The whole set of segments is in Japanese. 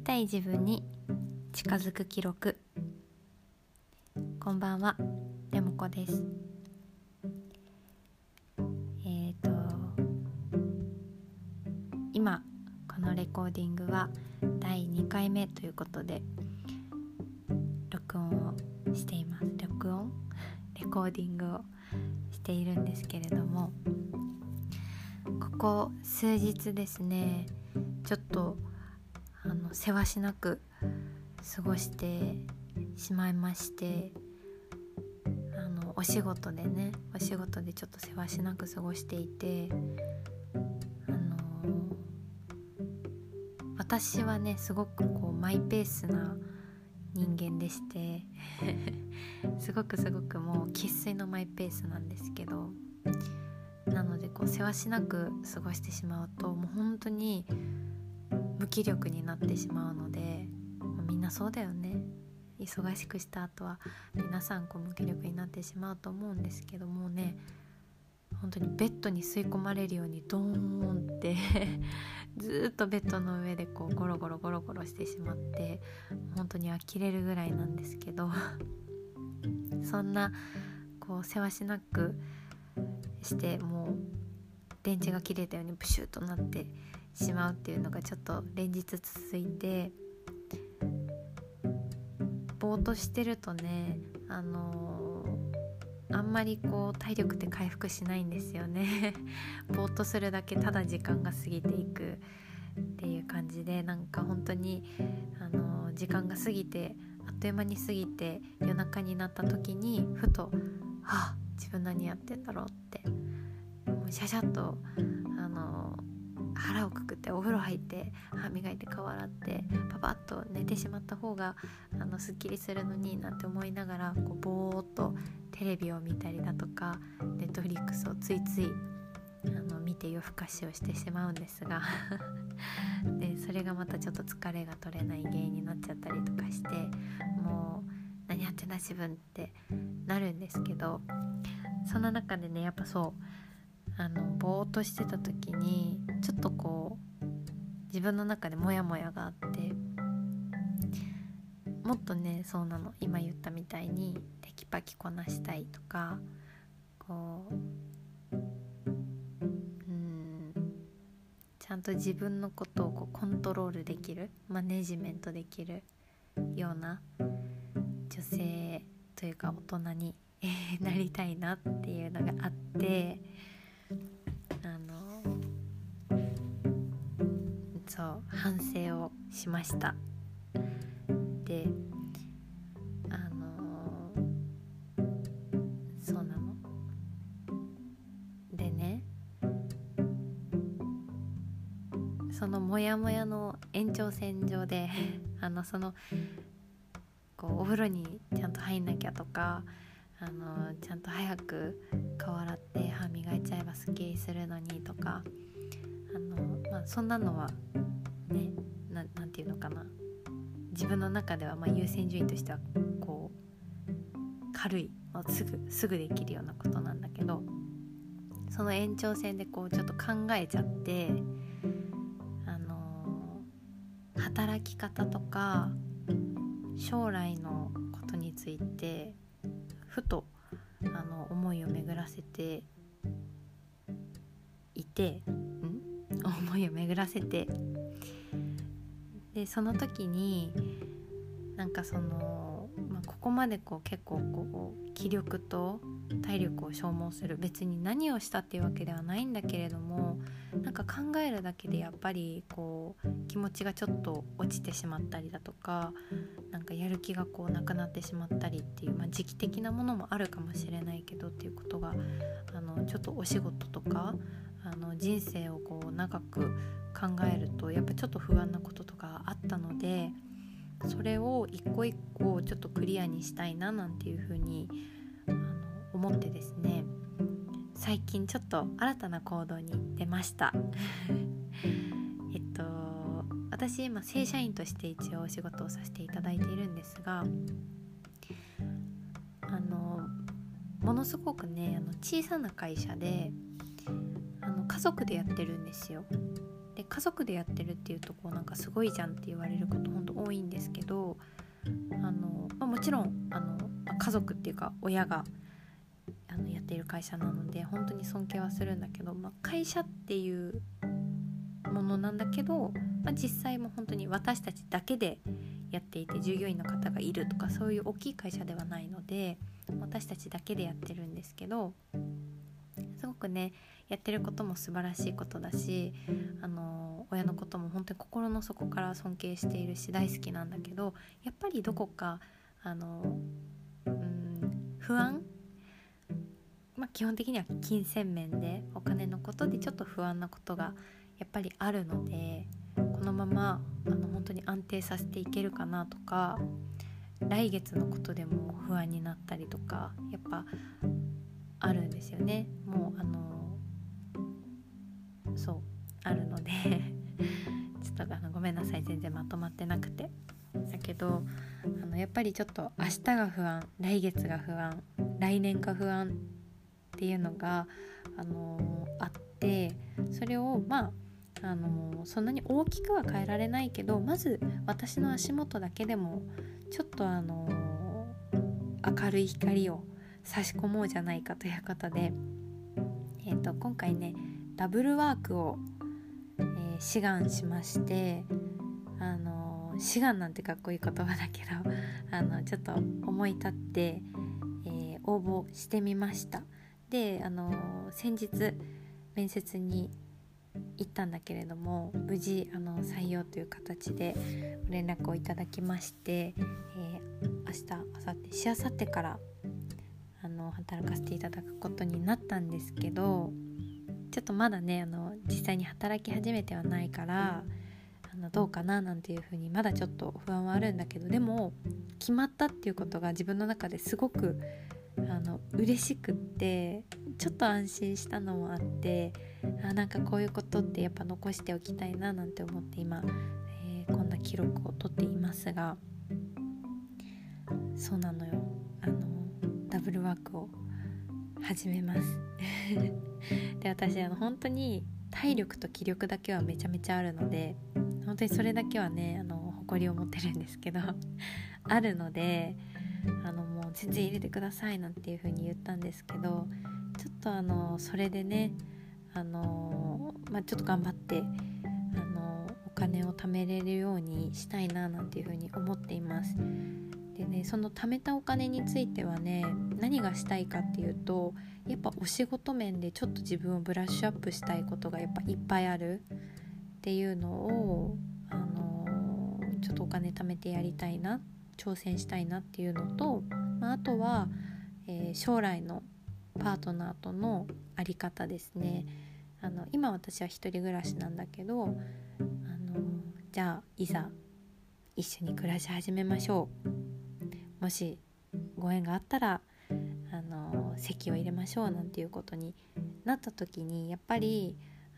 たい自分に近づく記録。こんばんは、レモコです。今このレコーディングは第2回目ということで録音をしています。レコーディングをしているんですけれども、ここ数日ですね、ちょっとせわしなく過ごしてしまいまして、お仕事でちょっとせわしなく過ごしていて、私はねすごくマイペースな人間でしてすごくもう生粋のマイペースなんですけど、なのでせわしなく過ごしてしまうともう本当に無気力になってしまうので、みんなそうだよね、忙しくした後は皆さん無気力になってしまうと思うんですけどもね、本当にベッドに吸い込まれるようにドーンってずっとベッドの上でゴロゴロしてしまって、本当に呆れるぐらいなんですけどそんなせわしなくしてもう電池が切れたようにブシュッとなってしまうっていうのがちょっと連日続いて、ぼーっとしてるとねあんまり体力って回復しないんですよねぼーっとするだけただ時間が過ぎていくっていう感じで、本当に時間が過ぎてあっという間に過ぎて夜中になった時にふと自分何やってんだろうって、もうシャシャッと腹をくくってお風呂入って歯磨いて顔洗ってパパッと寝てしまった方がすっきりするのになんて思いながらぼーっとテレビを見たりだとかネットフリックスをついつい見て夜更かしをしてしまうんですがでそれがまたちょっと疲れが取れない原因になっちゃったりとかして、もう何やってんだ自分ってなるんですけど、そんな中でねやっぱぼーっとしてた時にちょっと自分の中でモヤモヤがあって、もっとねそうなの、今言ったみたいにテキパキこなしたいとかちゃんと自分のことをコントロールできる、マネジメントできるような女性というか大人になりたいなっていうのがあって、反省をしました。でそうなのでね、そのモヤモヤの延長線上でお風呂にちゃんと入んなきゃとかちゃんと早く顔洗って歯磨いちゃえばすっきりするのにとかそんなのはね、なんていうのかな、自分の中では優先順位としては軽い、すぐできるようなことなんだけど、その延長線でちょっと考えちゃって、働き方とか将来のことについてふと思いを巡らせてでその時にここまで結構気力と体力を消耗する、別に何をしたっていうわけではないんだけれども、考えるだけでやっぱり気持ちがちょっと落ちてしまったりだとか、やる気がなくなってしまったりっていう、時期的なものもあるかもしれないけどっていうことがちょっとお仕事とか人生を長く考えるとやっぱちょっと不安なこととかあったので、それを一個一個ちょっとクリアにしたいななんていうふうに思ってですね、最近ちょっと新たな行動に出ました私今正社員として一応お仕事をさせていただいているんですが、ものすごくね小さな会社で家族でやってるんですよ。でで家族でやってるっていうとこうなんかすごいじゃんって言われること本当多いんですけど、もちろん家族っていうか親がやっている会社なので本当に尊敬はするんだけど、会社っていうものなんだけど、実際も本当に私たちだけでやっていて従業員の方がいるとかそういう大きい会社ではないので私たちだけでやってるんですけど、すごくねやってることも素晴らしいことだし、親のことも本当に心の底から尊敬しているし大好きなんだけど、やっぱりどこか不安、基本的には金銭面でお金のことでちょっと不安なことがやっぱりあるので、このまま本当に安定させていけるかなとか、来月のことでも不安になったりとかやっぱあるんですよね。もうそうあるのでちょっとごめんなさい、全然まとまってなくて。だけどやっぱりちょっと明日が不安、来月が不安、来年が不安っていうのがあって、それをそんなに大きくは変えられないけど、まず私の足元だけでもちょっと明るい光を差し込もうじゃないかということで、今回ねダブルワークを、志願しまして、志願なんてかっこいい言葉だけどちょっと思い立って、応募してみました。で先日面接に行ったんだけれども、無事採用という形で連絡をいただきまして、明日明後日しあさってから働かせていただくことになったんですけど、ちょっとまだね実際に働き始めてはないからどうかななんていうふうにまだちょっと不安はあるんだけど、でも決まったっていうことが自分の中ですごく嬉しくって、ちょっと安心したのもあって、なんかこういうことってやっぱ残しておきたいななんて思って今、こんな記録を取っていますが、そうなのよ、ダブルワークを始めますで私本当に体力と気力だけはめちゃめちゃあるので、本当にそれだけはね誇りを持ってるんですけどあるのでもう全然入れてくださいなんていう風に言ったんですけど、ちょっとそれでねちょっと頑張ってお金を貯めれるようにしたいななんていう風に思っています。でね、その貯めたお金についてはね何がしたいかっていうと、やっぱお仕事面でちょっと自分をブラッシュアップしたいことがやっぱいっぱいあるっていうのをちょっとお金貯めてやりたいな、挑戦したいなっていうのと、あとは、将来のパートナーとのあり方ですね。今私は一人暮らしなんだけどじゃあいざ一緒に暮らし始めましょう、もしご縁があったら籍を入れましょうなんていうことになった時に、やっぱり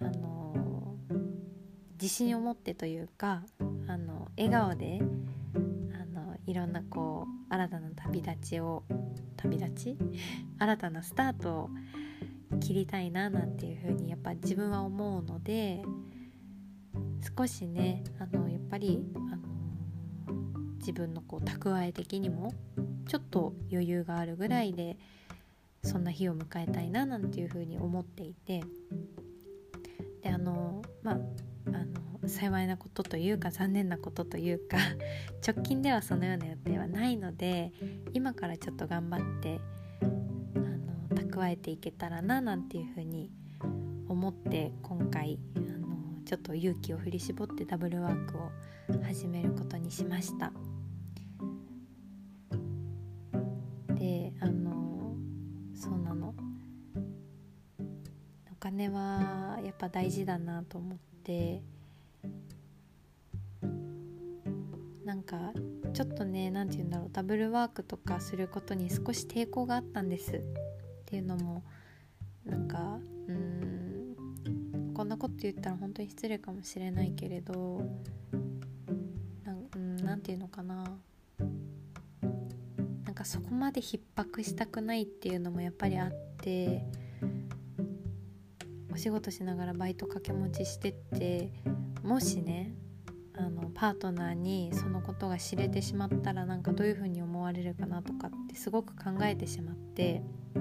自信を持ってというか笑顔でいろんな新たな新たなスタートを切りたいななんていうふうにやっぱ自分は思うので、少しねやっぱり自分の蓄え的にもちょっと余裕があるぐらいでそんな日を迎えたいななんていうふうに思っていて、で幸いなことというか残念なことというか直近ではそのような予定はないので、今からちょっと頑張って蓄えていけたらななんていうふうに思って、今回ちょっと勇気を振り絞ってダブルワークを始めることにしました。でそうなの、お金はやっぱ大事だなと思って、なんかちょっとねなんて言うんだろう、ダブルワークとかすることに少し抵抗があったんです。っていうのもなんかこんなこと言ったら本当に失礼かもしれないけれど、なんていうのかな、なんかそこまで逼迫したくないっていうのもやっぱりあって、 お仕事しながらバイト掛け持ちしてって、もしねパートナーにそのことが知れてしまったらなんかどういうふうに思われるかなとかってすごく考えてしまって、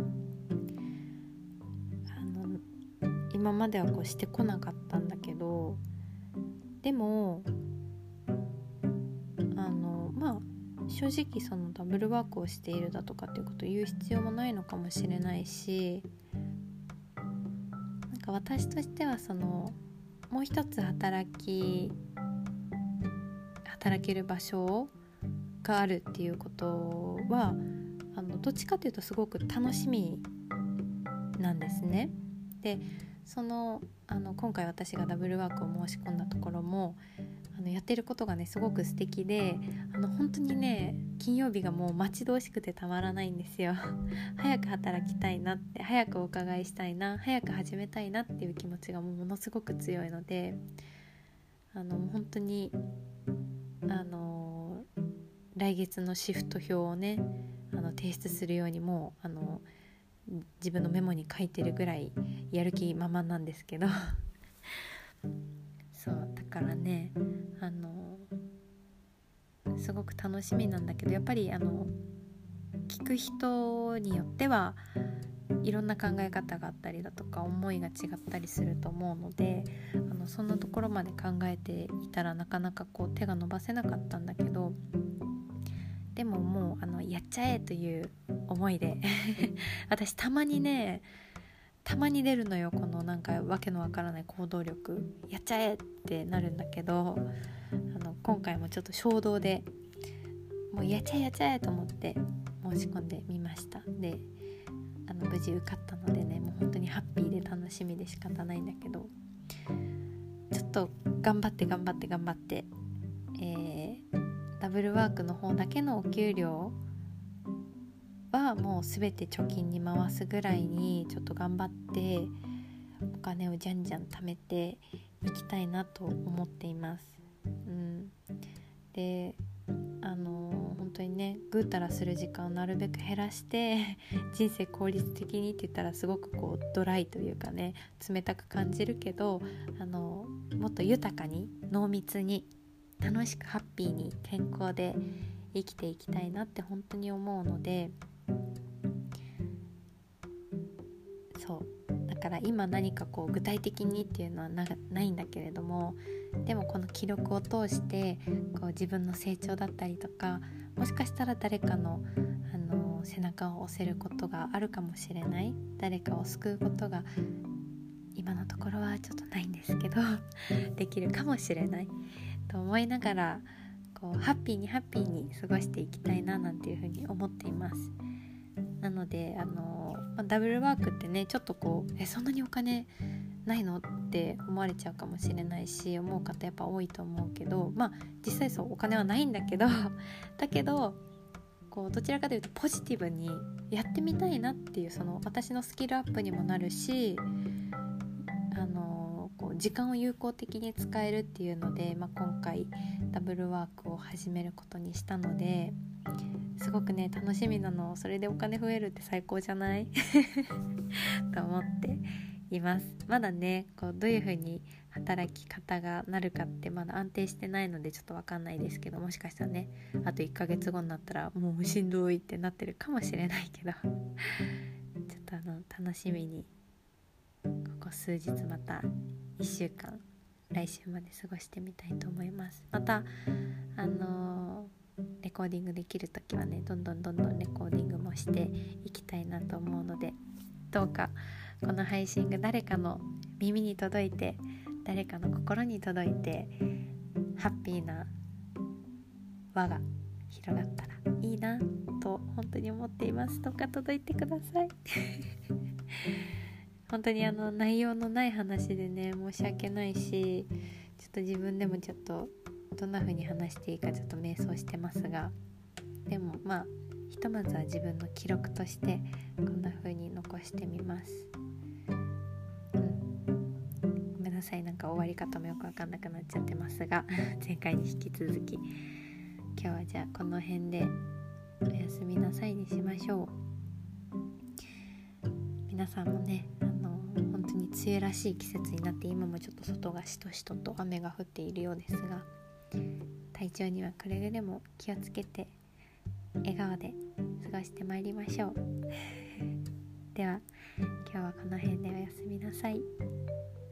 今まではこうしてこなかったんだけど、でも正直そのダブルワークをしているだとかっていうことを言う必要もないのかもしれないし、なんか私としてはそのもう一つ働ける場所があるっていうことはどっちかというとすごく楽しみなんですね。で今回私がダブルワークを申し込んだところもやってることがねすごく素敵で、本当にね金曜日がもう待ち遠しくてたまらないんですよ早く働きたいなって、早くお伺いしたいな、早く始めたいなっていう気持ちがものすごく強いので、本当に来月のシフト表をね提出するようにもう自分のメモに書いてるぐらいやる気満々なんですけどそうだからねすごく楽しみなんだけど、やっぱり聞く人によってはいろんな考え方があったりだとか思いが違ったりすると思うので、そんなところまで考えていたらなかなかこう手が伸ばせなかったんだけど、でももうやっちゃえという思いで私たまに出るのよ、このなんかわけのわからない行動力、やっちゃえってなるんだけど、今回もちょっと衝動でもうやっちゃえと思って申し込んでみました。で無事受かったのでね、もう本当にハッピーで楽しみで仕方ないんだけど、ちょっと頑張って、ダブルワークの方だけのお給料はもう全て貯金に回すぐらいにちょっと頑張ってお金をじゃんじゃん貯めていきたいなと思っています。で本当にねぐうたらする時間をなるべく減らして人生効率的にって言ったらすごくこうドライというかね冷たく感じるけど、もっと豊かに濃密に楽しくハッピーに健康で生きていきたいなって本当に思うので、そうだから今何かこう具体的にっていうのはないんだけれども、でもこの記録を通してこう自分の成長だったりとか、もしかしたら誰かの、背中を押せることがあるかもしれない、誰かを救うことが今のところはちょっとないんですけどできるかもしれないと思いながら、こうハッピーに過ごしていきたいななんていうふうに思っています。なのでダブルワークってねちょっとこうそんなにお金ないのって思われちゃうかもしれないし、思う方やっぱ多いと思うけど、実際そうお金はないんだけどだけどこうどちらかというとポジティブにやってみたいなっていう、その私のスキルアップにもなるし、こう時間を有効的に使えるっていうので、今回ダブルワークを始めることにしたので、すごくね楽しみなの。それでお金増えるって最高じゃないと思っています。まだねこうどういう風に働き方がなるかってまだ安定してないのでちょっと分かんないですけど、もしかしたらねあと1ヶ月後になったらもうしんどいってなってるかもしれないけどちょっと楽しみにここ数日また1週間来週まで過ごしてみたいと思います。またレコーディングできるときはねどんどんレコーディングもしていきたいなと思うので、どうかこの配信が誰かの耳に届いて、誰かの心に届いて、ハッピーな輪が広がったらいいなと本当に思っています。どうか届いてください本当に内容のない話でね申し訳ないし、ちょっと自分でもちょっとどんな風に話していいかちょっと迷走してますが、でもひとまずは自分の記録としてこんな風に残してみます。ごめんなさい、なんか終わり方もよく分かんなくなっちゃってますが前回に引き続き今日はじゃあこの辺でおやすみなさいにしましょう。皆さんもね本当に梅雨らしい季節になって、今もちょっと外がしとしとと雨が降っているようですが、体調にはくれぐれも気をつけて笑顔で過ごしてまいりましょうでは今日はこの辺でおやすみなさい。